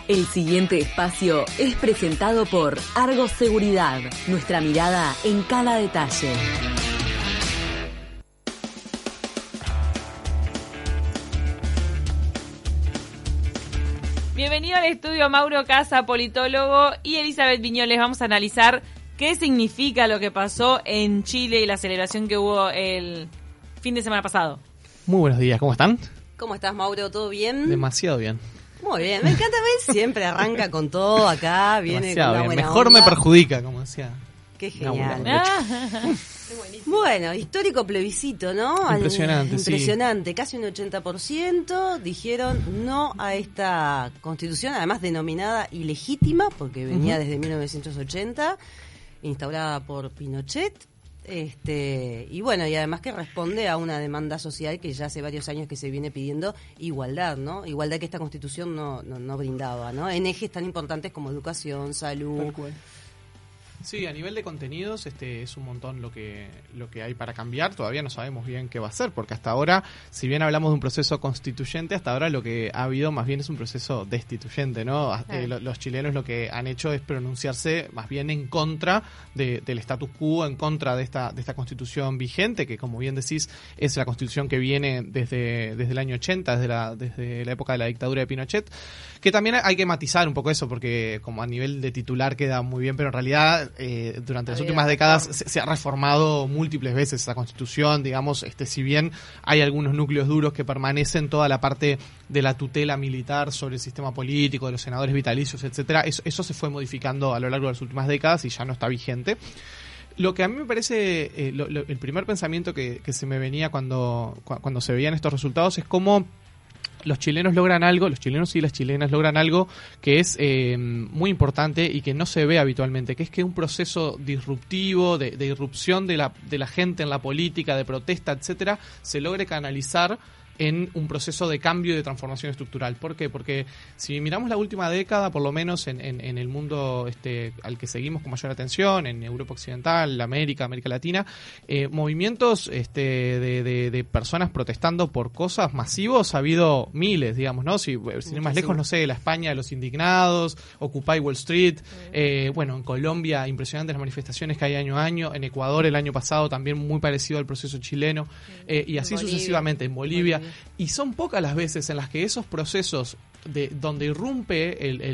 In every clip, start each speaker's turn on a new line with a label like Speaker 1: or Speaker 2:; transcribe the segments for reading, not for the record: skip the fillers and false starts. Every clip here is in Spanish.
Speaker 1: El siguiente espacio es presentado por Argos Seguridad, nuestra mirada en cada detalle.
Speaker 2: Bienvenido al estudio Mauro Casa, politólogo, y Elizabeth Viñoles. Vamos a analizar qué significa lo que pasó en Chile y la celebración que hubo el fin de semana pasado.
Speaker 3: Muy buenos días, ¿cómo están?
Speaker 4: ¿Cómo estás, Mauro? ¿Todo bien?
Speaker 3: Demasiado bien.
Speaker 4: Muy bien, me encanta ver, siempre arranca con todo acá, viene
Speaker 3: Demasiado
Speaker 4: con una
Speaker 3: bien.
Speaker 4: buena
Speaker 3: Mejor
Speaker 4: onda.
Speaker 3: me perjudica, como decía.
Speaker 4: Qué genial.
Speaker 3: Una
Speaker 4: Bueno, histórico plebiscito, ¿no?
Speaker 3: Impresionante,
Speaker 4: Impresionante, casi un 80% dijeron no a esta constitución, además denominada ilegítima, porque venía desde 1980, instaurada por Pinochet. Y bueno, y además que responde a una demanda social que ya hace varios años que se viene pidiendo igualdad, ¿no? Igualdad que esta constitución no brindaba, ¿no? En ejes tan importantes como educación, salud.
Speaker 3: Sí, a nivel de contenidos es un montón lo que hay para cambiar. Todavía no sabemos bien qué va a ser, porque hasta ahora, si bien hablamos de un proceso constituyente, hasta ahora lo que ha habido más bien es un proceso destituyente, ¿no? Los chilenos lo que han hecho es pronunciarse más bien en contra del status quo, en contra de esta constitución vigente, que como bien decís, es la constitución que viene desde el año 80, desde la época de la dictadura de Pinochet, que también hay que matizar un poco eso, porque como a nivel de titular queda muy bien, pero en realidad durante las últimas décadas se ha reformado múltiples veces esa constitución, digamos, si bien hay algunos núcleos duros que permanecen, toda la parte de la tutela militar sobre el sistema político, de los senadores vitalicios, etcétera, eso se fue modificando a lo largo de las últimas décadas y ya no está vigente. Lo que a mí me parece, el primer pensamiento que se me venía cuando se veían estos resultados es cómo los chilenos logran algo, los chilenos y las chilenas logran algo que es muy importante y que no se ve habitualmente, que es que un proceso disruptivo, de irrupción de la gente en la política, de protesta, etcétera, se logre canalizar en un proceso de cambio y de transformación estructural. ¿Por qué? Porque si miramos la última década, por lo menos en el mundo al que seguimos con mayor atención, en Europa Occidental, América Latina, movimientos de personas protestando por cosas masivos ha habido miles, digamos, ¿no? Si ir más lejos, no sé, la España de los indignados, Occupy Wall Street, bueno, en Colombia, impresionantes las manifestaciones que hay año a año, en Ecuador el año pasado también muy parecido al proceso chileno, y así sucesivamente, en Bolivia. Y son pocas las veces en las que esos procesos donde irrumpe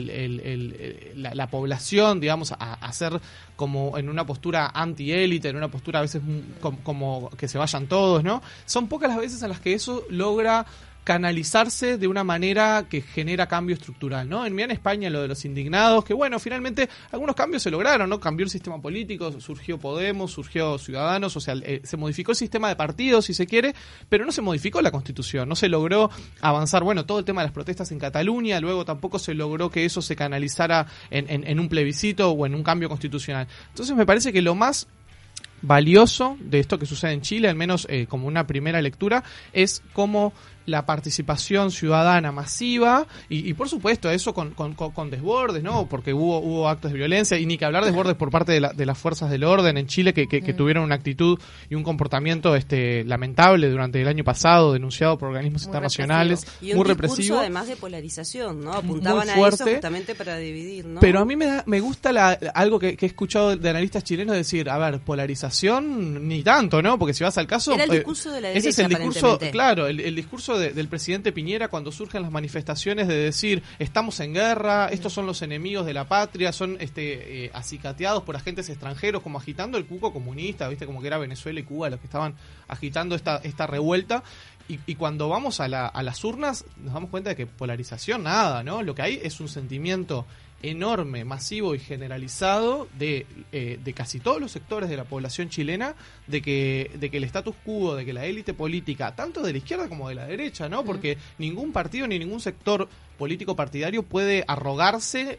Speaker 3: la población, digamos, a ser como en una postura anti-élite, en una postura a veces como que se vayan todos, ¿no? Son pocas las veces en las que eso logra canalizarse de una manera que genera cambio estructural, ¿no? En España lo de los indignados, que bueno, finalmente algunos cambios se lograron, ¿no? Cambió el sistema político, surgió Podemos, surgió Ciudadanos, o sea, se modificó el sistema de partidos, si se quiere, pero no se modificó la Constitución, no se logró avanzar, bueno, todo el tema de las protestas en Cataluña, luego tampoco se logró que eso se canalizara en un plebiscito o en un cambio constitucional. Entonces me parece que lo más valioso de esto que sucede en Chile, al menos como una primera lectura, es cómo la participación ciudadana masiva y por supuesto eso con desbordes, ¿no? Porque hubo actos de violencia y ni que hablar de desbordes por parte de las fuerzas del orden en Chile que tuvieron una actitud y un comportamiento lamentable durante el año pasado, denunciado por organismos internacionales,
Speaker 4: y
Speaker 3: muy
Speaker 4: un
Speaker 3: represivo,
Speaker 4: discurso además de polarización, ¿no? Apuntaban a eso justamente para dividir, ¿no?
Speaker 3: Pero a mí me gusta algo que he escuchado de analistas chilenos decir, a ver, polarización ni tanto, ¿no? Porque si vas al caso,
Speaker 4: era el discurso de la derecha,
Speaker 3: ese es el discurso,
Speaker 4: aparentemente.
Speaker 3: claro, el discurso del presidente Piñera cuando surgen las manifestaciones de decir estamos en guerra, estos son los enemigos de la patria, son acicateados por agentes extranjeros, como agitando el cuco comunista, viste, como que era Venezuela y Cuba los que estaban agitando esta revuelta. Y cuando vamos a las urnas nos damos cuenta de que polarización nada, ¿no? Lo que hay es un sentimiento enorme, masivo y generalizado de casi todos los sectores de la población chilena de que el status quo, de que la élite política, tanto de la izquierda como de la derecha, ¿no? Porque ningún partido ni ningún sector político partidario puede arrogarse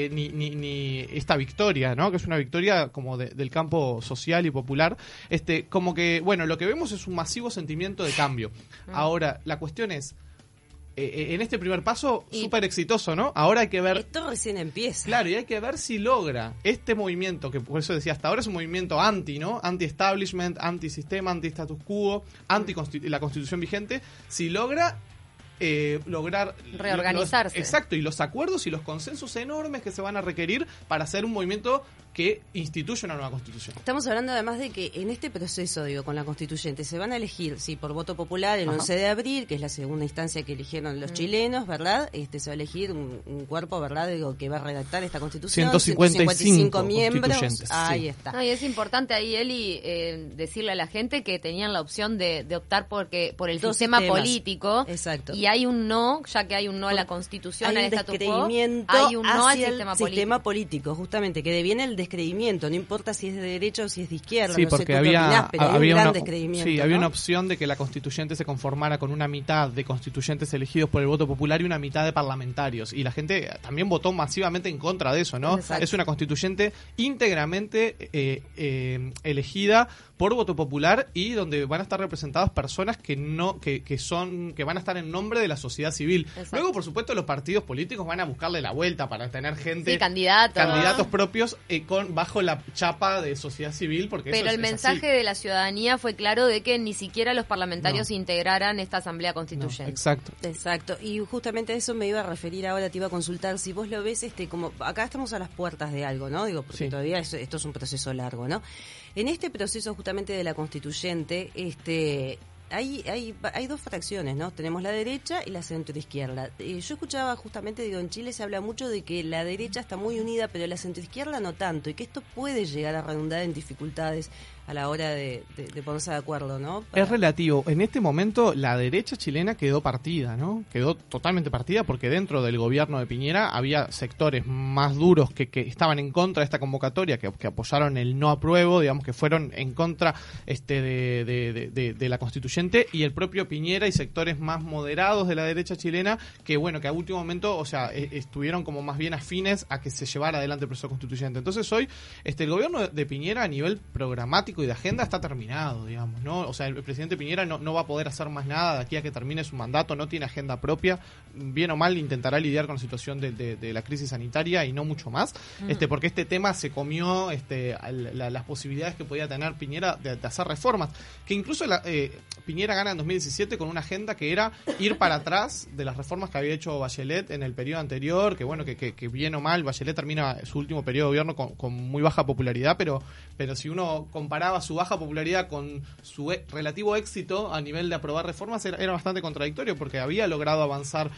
Speaker 3: ni esta victoria, ¿no? Que es una victoria como del campo social y popular, como que, bueno, lo que vemos es un masivo sentimiento de cambio. Ahora, la cuestión es en este primer paso, súper exitoso, ¿no? Ahora hay que ver...
Speaker 4: Esto recién empieza.
Speaker 3: Claro, y hay que ver si logra este movimiento, que por eso decía, hasta ahora es un movimiento ¿no? Anti-establishment, anti-sistema, anti-status quo, la constitución vigente, si logra lograr
Speaker 5: reorganizarse.
Speaker 3: Exacto, y los acuerdos y los consensos enormes que se van a requerir para hacer un movimiento que instituye una nueva constitución.
Speaker 4: Estamos hablando además de que en este proceso, con la constituyente, se van a elegir, por voto popular el 11 de abril, que es la segunda instancia que eligieron los chilenos, ¿verdad? Se va a elegir un cuerpo, ¿verdad? Que va a redactar esta constitución.
Speaker 3: 155
Speaker 4: miembros. Ahí está.
Speaker 5: No, y es importante ahí, Eli, decirle a la gente que tenían la opción de optar por el
Speaker 4: Dos
Speaker 5: sistema
Speaker 4: sistemas.
Speaker 5: político.
Speaker 4: Exacto.
Speaker 5: Y hay un no, ya que hay un no a la constitución,
Speaker 4: Hay
Speaker 5: al
Speaker 4: un
Speaker 5: statu quo,
Speaker 4: descreimiento
Speaker 5: hay un no al
Speaker 4: hacia
Speaker 5: sistema
Speaker 4: el
Speaker 5: político.
Speaker 4: sistema político, justamente, que deviene el descreimiento, no importa si es de derecha o si es de izquierda,
Speaker 3: Sí,
Speaker 4: no sé
Speaker 3: porque
Speaker 4: tú qué opinás,
Speaker 3: había
Speaker 4: pero hay un gran
Speaker 3: una,
Speaker 4: descreimiento.
Speaker 3: sí, había
Speaker 4: ¿no?
Speaker 3: una opción de que la constituyente se conformara con una mitad de constituyentes elegidos por el voto popular y una mitad de parlamentarios. Y la gente también votó masivamente en contra de eso, ¿no?
Speaker 4: Exacto.
Speaker 3: Es una constituyente íntegramente elegida por voto popular y donde van a estar representadas personas que van a estar en nombre de la sociedad civil.
Speaker 5: Exacto.
Speaker 3: Luego, por supuesto, los partidos políticos van a buscarle la vuelta para tener gente,
Speaker 5: Sí, candidatos
Speaker 3: propios bajo la chapa de sociedad civil, porque
Speaker 5: Pero
Speaker 3: eso
Speaker 5: el
Speaker 3: es
Speaker 5: mensaje
Speaker 3: así.
Speaker 5: de la ciudadanía fue claro de que ni siquiera los parlamentarios
Speaker 3: No.
Speaker 5: integraran esta asamblea
Speaker 3: No,
Speaker 5: constituyente.
Speaker 3: exacto.
Speaker 4: Exacto, y justamente a eso me iba a referir ahora, te iba a consultar si vos lo ves, como acá estamos a las puertas de algo, ¿no? Porque
Speaker 3: Sí.
Speaker 4: todavía esto es un proceso largo, ¿no? En este proceso justamente de la constituyente, hay dos fracciones, ¿no? Tenemos la derecha y la centroizquierda. Yo escuchaba justamente, en Chile se habla mucho de que la derecha está muy unida, pero la centroizquierda no tanto, y que esto puede llegar a redundar en dificultades a la hora de ponerse de acuerdo, ¿no?
Speaker 3: Es relativo. En este momento la derecha chilena quedó partida, ¿no? Quedó totalmente partida porque dentro del gobierno de Piñera había sectores más duros que estaban en contra de esta convocatoria, que apoyaron el no apruebo, digamos que fueron en contra de la constituyente, y el propio Piñera y sectores más moderados de la derecha chilena que a último momento, estuvieron como más bien afines a que se llevara adelante el proceso constituyente. Entonces hoy el gobierno de Piñera a nivel programático y de agenda está terminado, digamos, ¿no? O sea, el presidente Piñera no va a poder hacer más nada de aquí a que termine su mandato, no tiene agenda propia, bien o mal intentará lidiar con la situación de la crisis sanitaria y no mucho más, porque este tema se comió las posibilidades que podía tener Piñera de hacer reformas, que incluso Piñera gana en 2017 con una agenda que era ir para atrás de las reformas que había hecho Bachelet en el periodo anterior, que bien o mal Bachelet termina su último periodo de gobierno con muy baja popularidad, pero si uno comparaba su baja popularidad con su relativo éxito a nivel de aprobar reformas, era bastante contradictorio, porque había logrado avanzar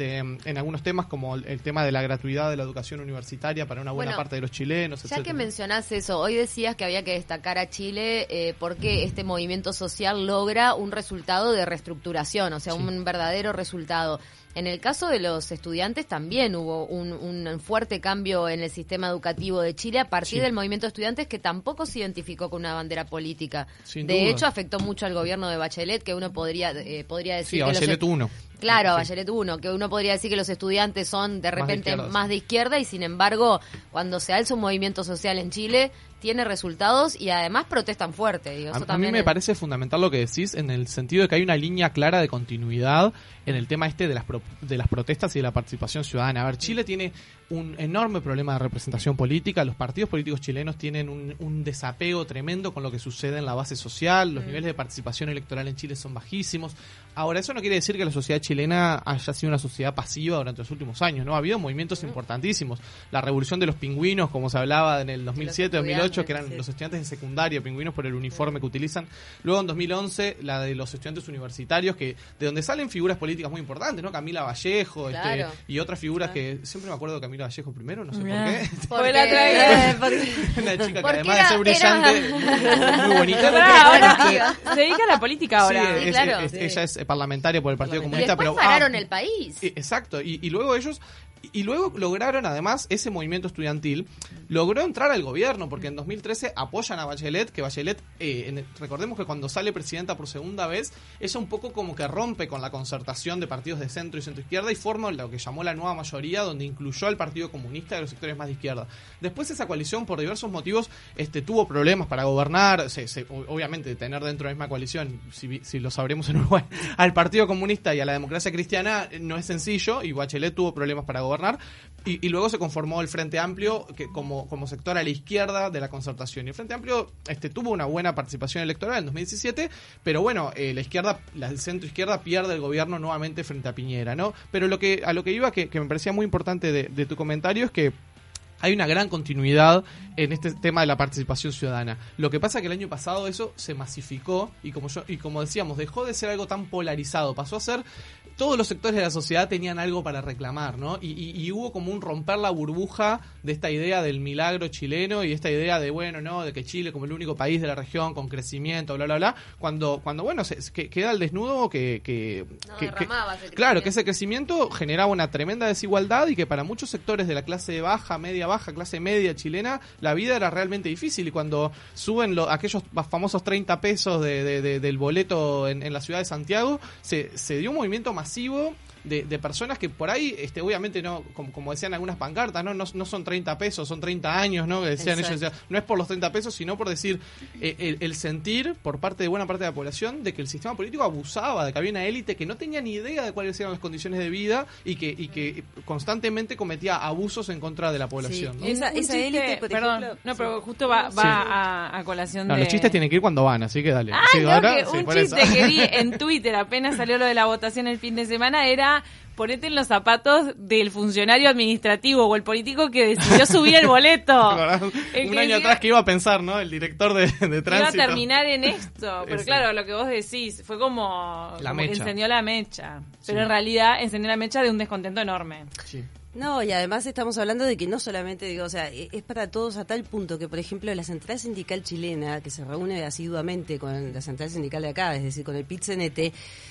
Speaker 3: en algunos temas como el tema de la gratuidad de la educación universitaria para una buena parte de los chilenos,
Speaker 5: ya
Speaker 3: etcétera.
Speaker 5: que mencionás eso, hoy decías que había que destacar a Chile porque este movimiento social logra un resultado de reestructuración, o sea,
Speaker 3: Sí.
Speaker 5: un verdadero resultado. En el caso de los estudiantes también hubo un fuerte cambio en el sistema educativo de Chile a partir
Speaker 3: Sí.
Speaker 5: del movimiento de estudiantes, que tampoco se identificó con una bandera política.
Speaker 3: Sin
Speaker 5: de
Speaker 3: duda.
Speaker 5: hecho, afectó mucho al gobierno de Bachelet, que uno podría decir
Speaker 3: Sí,
Speaker 5: que
Speaker 3: a Bachelet 1.
Speaker 5: Claro,
Speaker 3: Sí.
Speaker 5: Bachelet 1, que uno podría decir que los estudiantes son de repente
Speaker 3: izquierda,
Speaker 5: más
Speaker 3: sí.
Speaker 5: de izquierda, y sin embargo, cuando se alza un movimiento social en Chile, tiene resultados y además protestan fuerte. Digo, eso
Speaker 3: A mí
Speaker 5: también
Speaker 3: me
Speaker 5: es-
Speaker 3: parece fundamental lo que decís, en el sentido de que hay una línea clara de continuidad en el tema de las protestas y de la participación ciudadana. A ver, Chile tiene un enorme problema de representación política, los partidos políticos chilenos tienen un desapego tremendo con lo que sucede en la base social, los niveles de participación electoral en Chile son bajísimos. Ahora, eso no quiere decir que la sociedad chilena haya sido una sociedad pasiva durante los últimos años, ¿no? Ha habido movimientos importantísimos. La revolución de los pingüinos, como se hablaba en el 2007, 2008, que eran los estudiantes de secundaria, pingüinos por el uniforme que utilizan. Luego, en 2011, la de los estudiantes universitarios, de donde salen figuras políticas muy importantes, ¿no? Camila Vallejo,
Speaker 5: Claro.
Speaker 3: y otras figuras que siempre me acuerdo de Camila Vallejo primero, no sé por qué.
Speaker 2: Fue la otra vez.
Speaker 3: Una chica que
Speaker 5: Porque
Speaker 3: además de ser brillante, muy bonita.
Speaker 2: Pará, ahora
Speaker 3: Este,
Speaker 2: se dedica a la política ahora.
Speaker 5: Sí, claro.
Speaker 3: ella es parlamentaria por el Partido
Speaker 5: Y
Speaker 3: Comunista,
Speaker 5: después
Speaker 3: pero
Speaker 5: pararon el país.
Speaker 3: exacto, y luego ellos lograron, además, ese movimiento estudiantil logró entrar al gobierno, porque en 2013 apoyan a Bachelet, que Bachelet, recordemos que cuando sale presidenta por segunda vez, ella un poco como que rompe con la concertación de partidos de centro y centroizquierda y forma lo que llamó la nueva mayoría, donde incluyó al Partido Comunista y a los sectores más de izquierda. Después esa coalición, por diversos motivos, tuvo problemas para gobernar, obviamente tener dentro de la misma coalición, si lo sabremos en Uruguay, al Partido Comunista y a la democracia cristiana no es sencillo, y Bachelet tuvo problemas para gobernar, y luego se conformó el Frente Amplio, que como sector a la izquierda de la concertación. Y el Frente Amplio tuvo una buena participación electoral en 2017, pero bueno, el centro izquierda pierde el gobierno nuevamente frente a Piñera, ¿no? Pero a lo que iba, que me parecía muy importante de tu comentario, es que hay una gran continuidad en este tema de la participación ciudadana. Lo que pasa es que el año pasado eso se masificó y como decíamos, dejó de ser algo tan polarizado, pasó a ser todos los sectores de la sociedad tenían algo para reclamar, ¿no? Y hubo como un romper la burbuja de esta idea del milagro chileno y esta idea de, bueno, no, de que Chile como el único país de la región con crecimiento, bla, bla, bla, cuando bueno, que queda al desnudo claro, que ese crecimiento generaba una tremenda desigualdad y que para muchos sectores de la clase baja, media baja, clase media chilena, la vida era realmente difícil. Y cuando suben aquellos famosos 30 pesos del boleto en la ciudad de Santiago, se dio un movimiento masivo de personas que por ahí, obviamente no, como decían algunas pancartas, no son 30 pesos, son 30 años, ¿no? Que decían ellos, no es por los 30 pesos, sino por decir el sentir por parte de buena parte de la población de que el sistema político abusaba, de que había una élite que no tenía ni idea de cuáles eran las condiciones de vida y que constantemente cometía abusos en contra de la población,
Speaker 4: sí.
Speaker 3: ¿no?
Speaker 4: Esa élite, por ejemplo,
Speaker 2: pero justo va a colación de...
Speaker 3: Los chistes tienen que ir cuando van, así que dale.
Speaker 2: Un chiste que vi en Twitter apenas salió lo de la votación el fin de semana era: ponete en los zapatos del funcionario administrativo o el político que decidió subir el boleto.
Speaker 3: Un año atrás que iba a pensar, ¿no? El director de tránsito.
Speaker 2: Iba a terminar en esto. Pero claro, lo que vos decís fue como que encendió la mecha. Pero en realidad encendió la mecha de un descontento enorme.
Speaker 3: Sí.
Speaker 4: No, y además estamos hablando de que no solamente, es para todos a tal punto que, por ejemplo, la Central Sindical Chilena, que se reúne asiduamente con la Central Sindical de acá, es decir, con el PIT-CNT,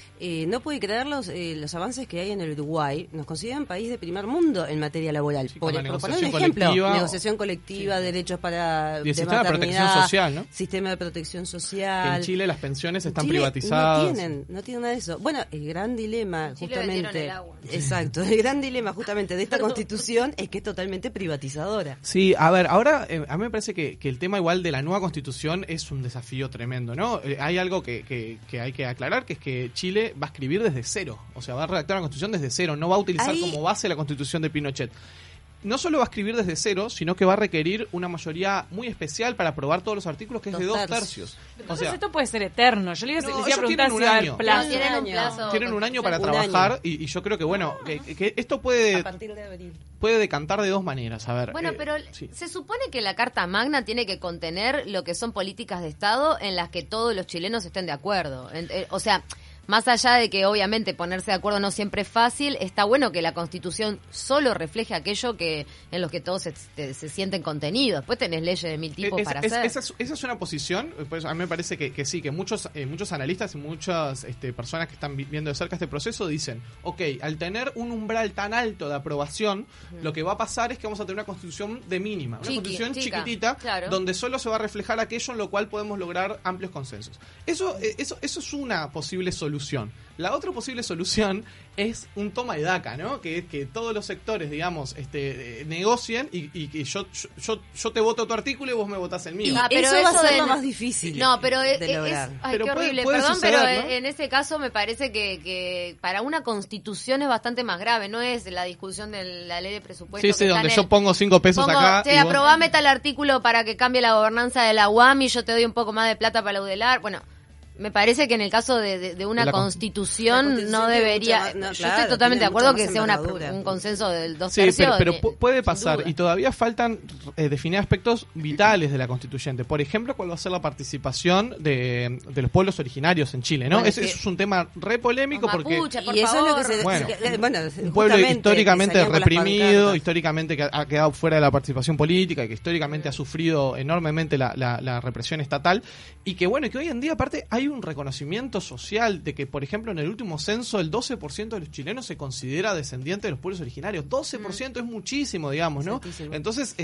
Speaker 4: no puede creer los avances que hay en el Uruguay. Nos consideran país de primer mundo en materia laboral.
Speaker 3: Sí,
Speaker 4: por poner un ejemplo, negociación colectiva, derechos para
Speaker 3: y el sistema de protección social, ¿no?
Speaker 4: Sistema de protección social.
Speaker 3: Que en Chile las pensiones están
Speaker 4: Chile
Speaker 3: privatizadas.
Speaker 4: No tienen nada de eso. Bueno, el gran dilema,
Speaker 5: Chile
Speaker 4: justamente.
Speaker 5: el agua.
Speaker 4: Exacto, el gran dilema justamente de esta constitución es que es totalmente privatizadora.
Speaker 3: Sí, a ver, ahora a mí me parece que el tema igual de la nueva constitución es un desafío tremendo, ¿no? Hay algo que hay que aclarar, que es que Chile va a escribir desde cero, o sea, va a redactar una constitución desde cero, no va a utilizar como base la constitución de Pinochet. No solo va a escribir desde cero, sino que va a requerir una mayoría muy especial para aprobar todos los artículos, que es de 2 tercios.
Speaker 2: Entonces esto puede ser eterno. Yo les iba a preguntar si
Speaker 3: tienen un año.
Speaker 5: Tienen
Speaker 3: un año para trabajar y yo creo que, bueno, que esto puede...
Speaker 4: A partir de abril.
Speaker 3: Puede decantar de dos maneras. A ver,
Speaker 5: bueno, pero
Speaker 3: sí.
Speaker 5: se supone que la Carta Magna tiene que contener lo que son políticas de Estado en las que todos los chilenos estén de acuerdo. O sea, más allá de que obviamente ponerse de acuerdo no siempre es fácil, está bueno que la Constitución solo refleje aquello que en los que todos se sienten contenidos. Después tenés leyes de 1000 tipos para hacer.
Speaker 3: Esa es una posición, pues a mí me parece que sí, que muchos analistas y muchas personas que están viendo de cerca este proceso dicen, ok, al tener un umbral tan alto de aprobación, lo que va a pasar es que vamos a tener una Constitución de mínima, una Constitución chiquitita, claro, donde solo se va a reflejar aquello en lo cual podemos lograr amplios consensos. Eso es una posible solución. La otra posible solución es un toma y daca, ¿no? Que es que todos los sectores, digamos, negocien y que yo te voto tu artículo y vos me votás el mío.
Speaker 4: Pero eso va a ser lo más difícil.
Speaker 5: No, pero
Speaker 4: de lograr.
Speaker 5: Ay, qué horrible.
Speaker 3: Puede
Speaker 5: Perdón,
Speaker 3: suceder,
Speaker 5: pero
Speaker 3: ¿no?
Speaker 5: en ese caso me parece que para una constitución es bastante más grave. No es la discusión de la ley de presupuesto.
Speaker 3: Sí, donde yo pongo 5 pesos acá.
Speaker 5: Te aprobame tal artículo para que cambie la gobernanza de la UAM y yo te doy un poco más de plata para la UDELAR. Bueno, me parece que en el caso de una constitución no debería... yo estoy totalmente de acuerdo que sea un consenso del 2 tercios.
Speaker 3: Sí, pero puede pasar. Y todavía faltan definir aspectos vitales de la constituyente. Por ejemplo, cuál va a ser la participación de los pueblos originarios en Chile, ¿no? Eso es un tema re polémico porque...
Speaker 5: Mapuche, por
Speaker 4: y eso
Speaker 5: favor.
Speaker 4: es lo que
Speaker 3: un pueblo históricamente reprimido, históricamente que ha quedado fuera de la participación política y que históricamente ha sufrido enormemente la represión estatal y que, bueno, que hoy en día aparte hay un reconocimiento social de que, por ejemplo, en el último censo el 12% de los chilenos se considera descendiente de los pueblos originarios. 12% es muchísimo, digamos, ¿no? Entonces,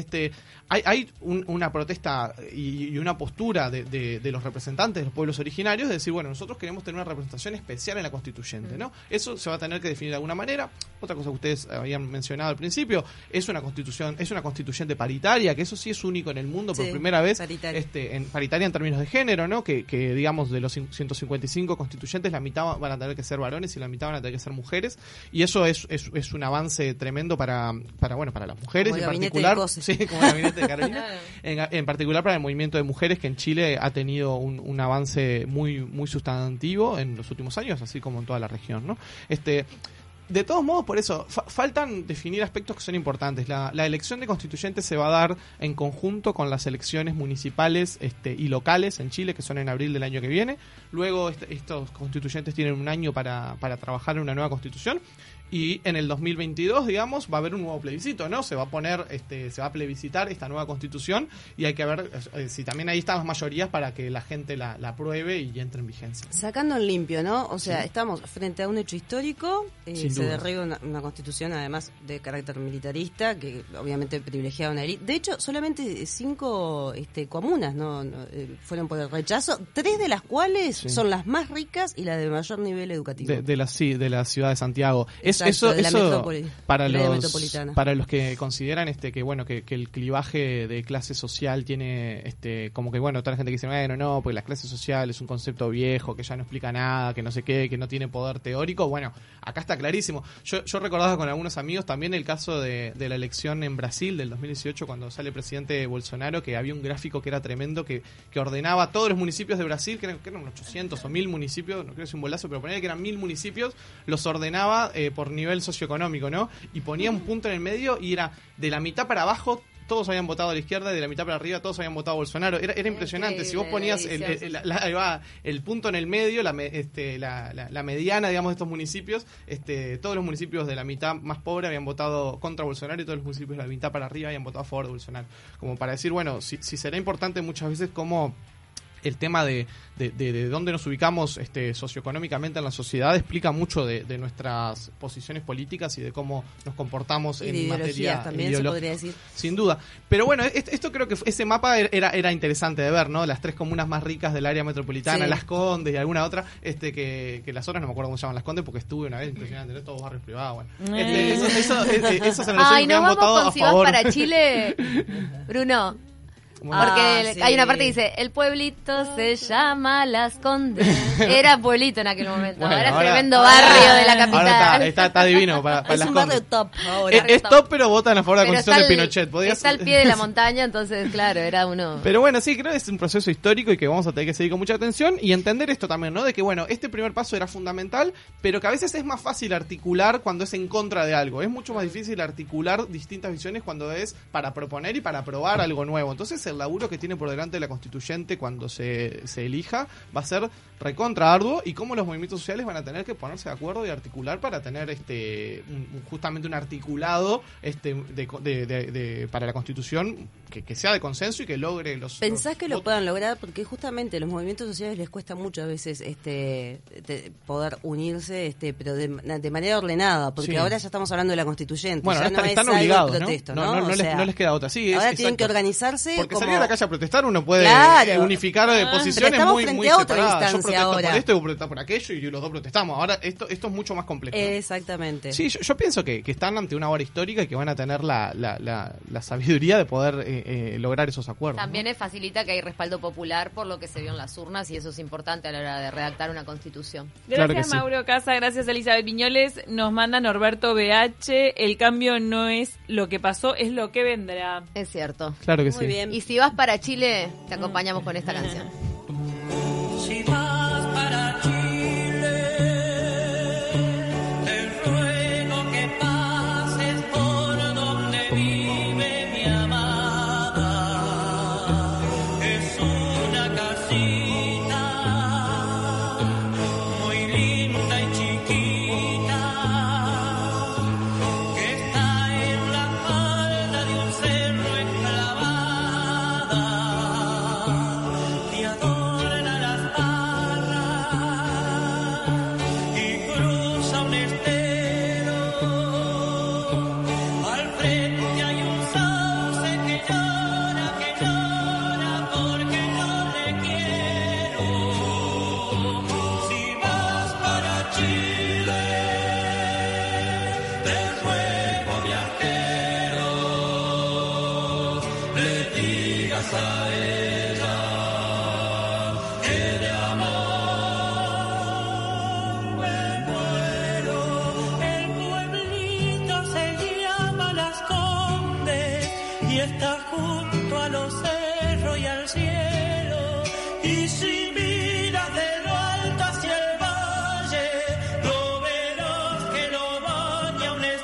Speaker 3: hay una protesta y una postura de los representantes de los pueblos originarios de decir, bueno, nosotros queremos tener una representación especial en la constituyente, ¿no? Eso se va a tener que definir de alguna manera. Otra cosa que ustedes habían mencionado al principio, es una constituyente paritaria, que eso sí es único en el mundo por primera vez, paritaria en términos de género, ¿no? Que digamos, de los los 155 constituyentes, la mitad van a tener que ser varones y la mitad van a tener que ser mujeres, y eso es un avance tremendo para las mujeres,
Speaker 4: como
Speaker 3: en
Speaker 4: el
Speaker 3: particular,
Speaker 4: gabinete de
Speaker 3: sí, como el gabinete de Carolina, en particular para el movimiento de mujeres, que en Chile ha tenido un avance muy sustantivo en los últimos años, así como en toda la región, ¿no? De todos modos, por eso, faltan definir aspectos que son importantes. La elección de constituyentes se va a dar en conjunto con las elecciones municipales y locales en Chile, que son en abril del año que viene. Luego estos constituyentes tienen un año para trabajar en una nueva constitución. Y en el 2022, digamos, va a haber un nuevo plebiscito, ¿no? Se va a plebiscitar esta nueva constitución, y hay que ver si también ahí están las mayorías para que la gente la apruebe y entre en vigencia.
Speaker 4: Sacando en limpio, ¿no? O sea,
Speaker 3: Sí.
Speaker 4: Estamos frente a un hecho histórico,
Speaker 3: Sin
Speaker 4: se
Speaker 3: duda.
Speaker 4: derriba una constitución además de carácter militarista, que obviamente privilegiaba a una élite. De hecho, solamente 5 comunas fueron por el rechazo, 3 de las cuales
Speaker 3: Sí.
Speaker 4: son las más ricas y las de mayor nivel educativo.
Speaker 3: De la ciudad de Santiago.
Speaker 4: Exacto, de la metrópoli,
Speaker 3: para
Speaker 4: del área
Speaker 3: los
Speaker 4: metropolitana.
Speaker 3: para los que consideran que el clivaje de clase social tiene como que toda la gente que dice no, porque la clase social es un concepto viejo que ya no explica nada, que no sé qué, que no tiene poder teórico. Bueno, acá está clarísimo. Yo recordaba con algunos amigos también el caso de la elección en Brasil del 2018, cuando sale el presidente Bolsonaro, que había un gráfico que era tremendo, que ordenaba todos los municipios de Brasil, que eran 800 o 1000 municipios, no creo que sea un bolazo, pero ponía que eran 1000 municipios, los ordenaba por nivel socioeconómico, ¿no? Y ponía un punto en el medio y era de la mitad para abajo todos habían votado a la izquierda, y de la mitad para arriba todos habían votado a Bolsonaro. Era impresionante. Si vos ponías el punto en el medio, la mediana, digamos, de estos municipios, todos los municipios de la mitad más pobre habían votado contra Bolsonaro, y todos los municipios de la mitad para arriba habían votado a favor de Bolsonaro. Como para decir, si será importante muchas veces como el tema de dónde nos ubicamos socioeconómicamente en la sociedad explica mucho de nuestras posiciones políticas y de cómo nos comportamos
Speaker 4: Y de
Speaker 3: en
Speaker 4: ideologías
Speaker 3: materia
Speaker 4: también se
Speaker 3: ideológica.
Speaker 4: podría decir.
Speaker 3: Sin duda. Pero bueno, esto creo que ese mapa era interesante de ver, ¿no? Las 3 comunas más ricas del área metropolitana,
Speaker 4: Sí.
Speaker 3: Las Condes y alguna otra, que las otras no me acuerdo cómo se llaman Las Condes, porque estuve una vez, impresionante, ¿no? Todos barrios privados, bueno. Esas elecciones
Speaker 5: Ay,
Speaker 3: que
Speaker 5: nos
Speaker 3: han
Speaker 5: vamos
Speaker 3: votado
Speaker 5: con
Speaker 3: a
Speaker 5: Si vas
Speaker 3: favor.
Speaker 5: para Chile, Bruno.
Speaker 3: Bueno,
Speaker 5: Porque
Speaker 4: sí.
Speaker 5: hay una parte que dice, el pueblito se llama Las Condes. Era pueblito en aquel momento,
Speaker 3: Bueno,
Speaker 5: ahora es
Speaker 3: ahora-
Speaker 5: tremendo barrio de la capital.
Speaker 3: ahora está divino para
Speaker 4: Es
Speaker 3: Las
Speaker 4: un barrio
Speaker 3: Condes.
Speaker 4: top ahora.
Speaker 3: Es top, pero votan a favor de la
Speaker 5: Pero
Speaker 3: constitución de
Speaker 5: está
Speaker 3: Pinochet. Podías-
Speaker 5: está al pie de la montaña, entonces, claro, era uno...
Speaker 3: Pero bueno, sí, creo que es un proceso histórico y que vamos a tener que seguir con mucha atención y entender esto también, ¿no? De que, este primer paso era fundamental, pero que a veces es más fácil articular cuando es en contra de algo. Es mucho más difícil articular distintas visiones cuando es para proponer y para probar algo nuevo. Entonces, el laburo que tiene por delante la constituyente cuando se elija va a ser recontra arduo, y cómo los movimientos sociales van a tener que ponerse de acuerdo y articular para tener justamente un articulado para la constitución que sea de consenso y que logre los...
Speaker 4: ¿Pensás que lo
Speaker 3: votos.
Speaker 4: puedan lograr? Porque justamente a los movimientos sociales les cuesta mucho a veces poder unirse, pero de manera ordenada, porque
Speaker 3: Sí.
Speaker 4: ahora ya estamos hablando de la constituyente,
Speaker 3: Bueno,
Speaker 4: ya
Speaker 3: ahora
Speaker 4: no
Speaker 3: están
Speaker 4: es
Speaker 3: obligados,
Speaker 4: algo de
Speaker 3: ¿no?
Speaker 4: protesto,
Speaker 3: No,
Speaker 4: ¿no?
Speaker 3: no
Speaker 4: O sea,
Speaker 3: les queda otra. Sí,
Speaker 4: ahora
Speaker 3: es
Speaker 4: tienen que
Speaker 3: exacto.
Speaker 4: organizarse
Speaker 3: Porque
Speaker 4: como...
Speaker 3: salir a la calle a protestar uno puede
Speaker 4: Claro.
Speaker 3: unificar
Speaker 4: pero
Speaker 3: posiciones
Speaker 4: estamos
Speaker 3: muy,
Speaker 4: frente
Speaker 3: muy
Speaker 4: a otra
Speaker 3: separadas. Yo
Speaker 4: instancia
Speaker 3: protesto
Speaker 4: ahora.
Speaker 3: por esto y vos protestás por aquello y los dos protestamos. Ahora esto es mucho más complejo, ¿no?
Speaker 4: Exactamente.
Speaker 3: Sí, yo pienso que están ante una hora histórica y que van a tener la sabiduría de poder lograr esos acuerdos.
Speaker 5: También
Speaker 3: ¿no?
Speaker 5: facilita que hay respaldo popular por lo que se vio en las urnas, y eso es importante a la hora de redactar una constitución.
Speaker 3: Claro
Speaker 2: Gracias,
Speaker 3: que sí.
Speaker 2: Mauro Casa, gracias, Elizabeth Viñoles. Nos manda Norberto BH. El cambio no es lo que pasó, es lo que vendrá.
Speaker 5: Es cierto.
Speaker 3: Claro que
Speaker 4: Muy
Speaker 3: sí.
Speaker 4: bien.
Speaker 5: Y si vas para Chile, te acompañamos con esta canción.
Speaker 6: Si vas para Chile, te ruego que pases por donde vive mi amada. Es una casita muy linda y chiquita que está en la falda de un cerro enclavada. Y adorna las barras y cruza un estero. Al frente hay un sauce que llora porque yo le quiero. Si vas para Chile, te ruego viajero, le digas a ella que de amor y está junto al océano.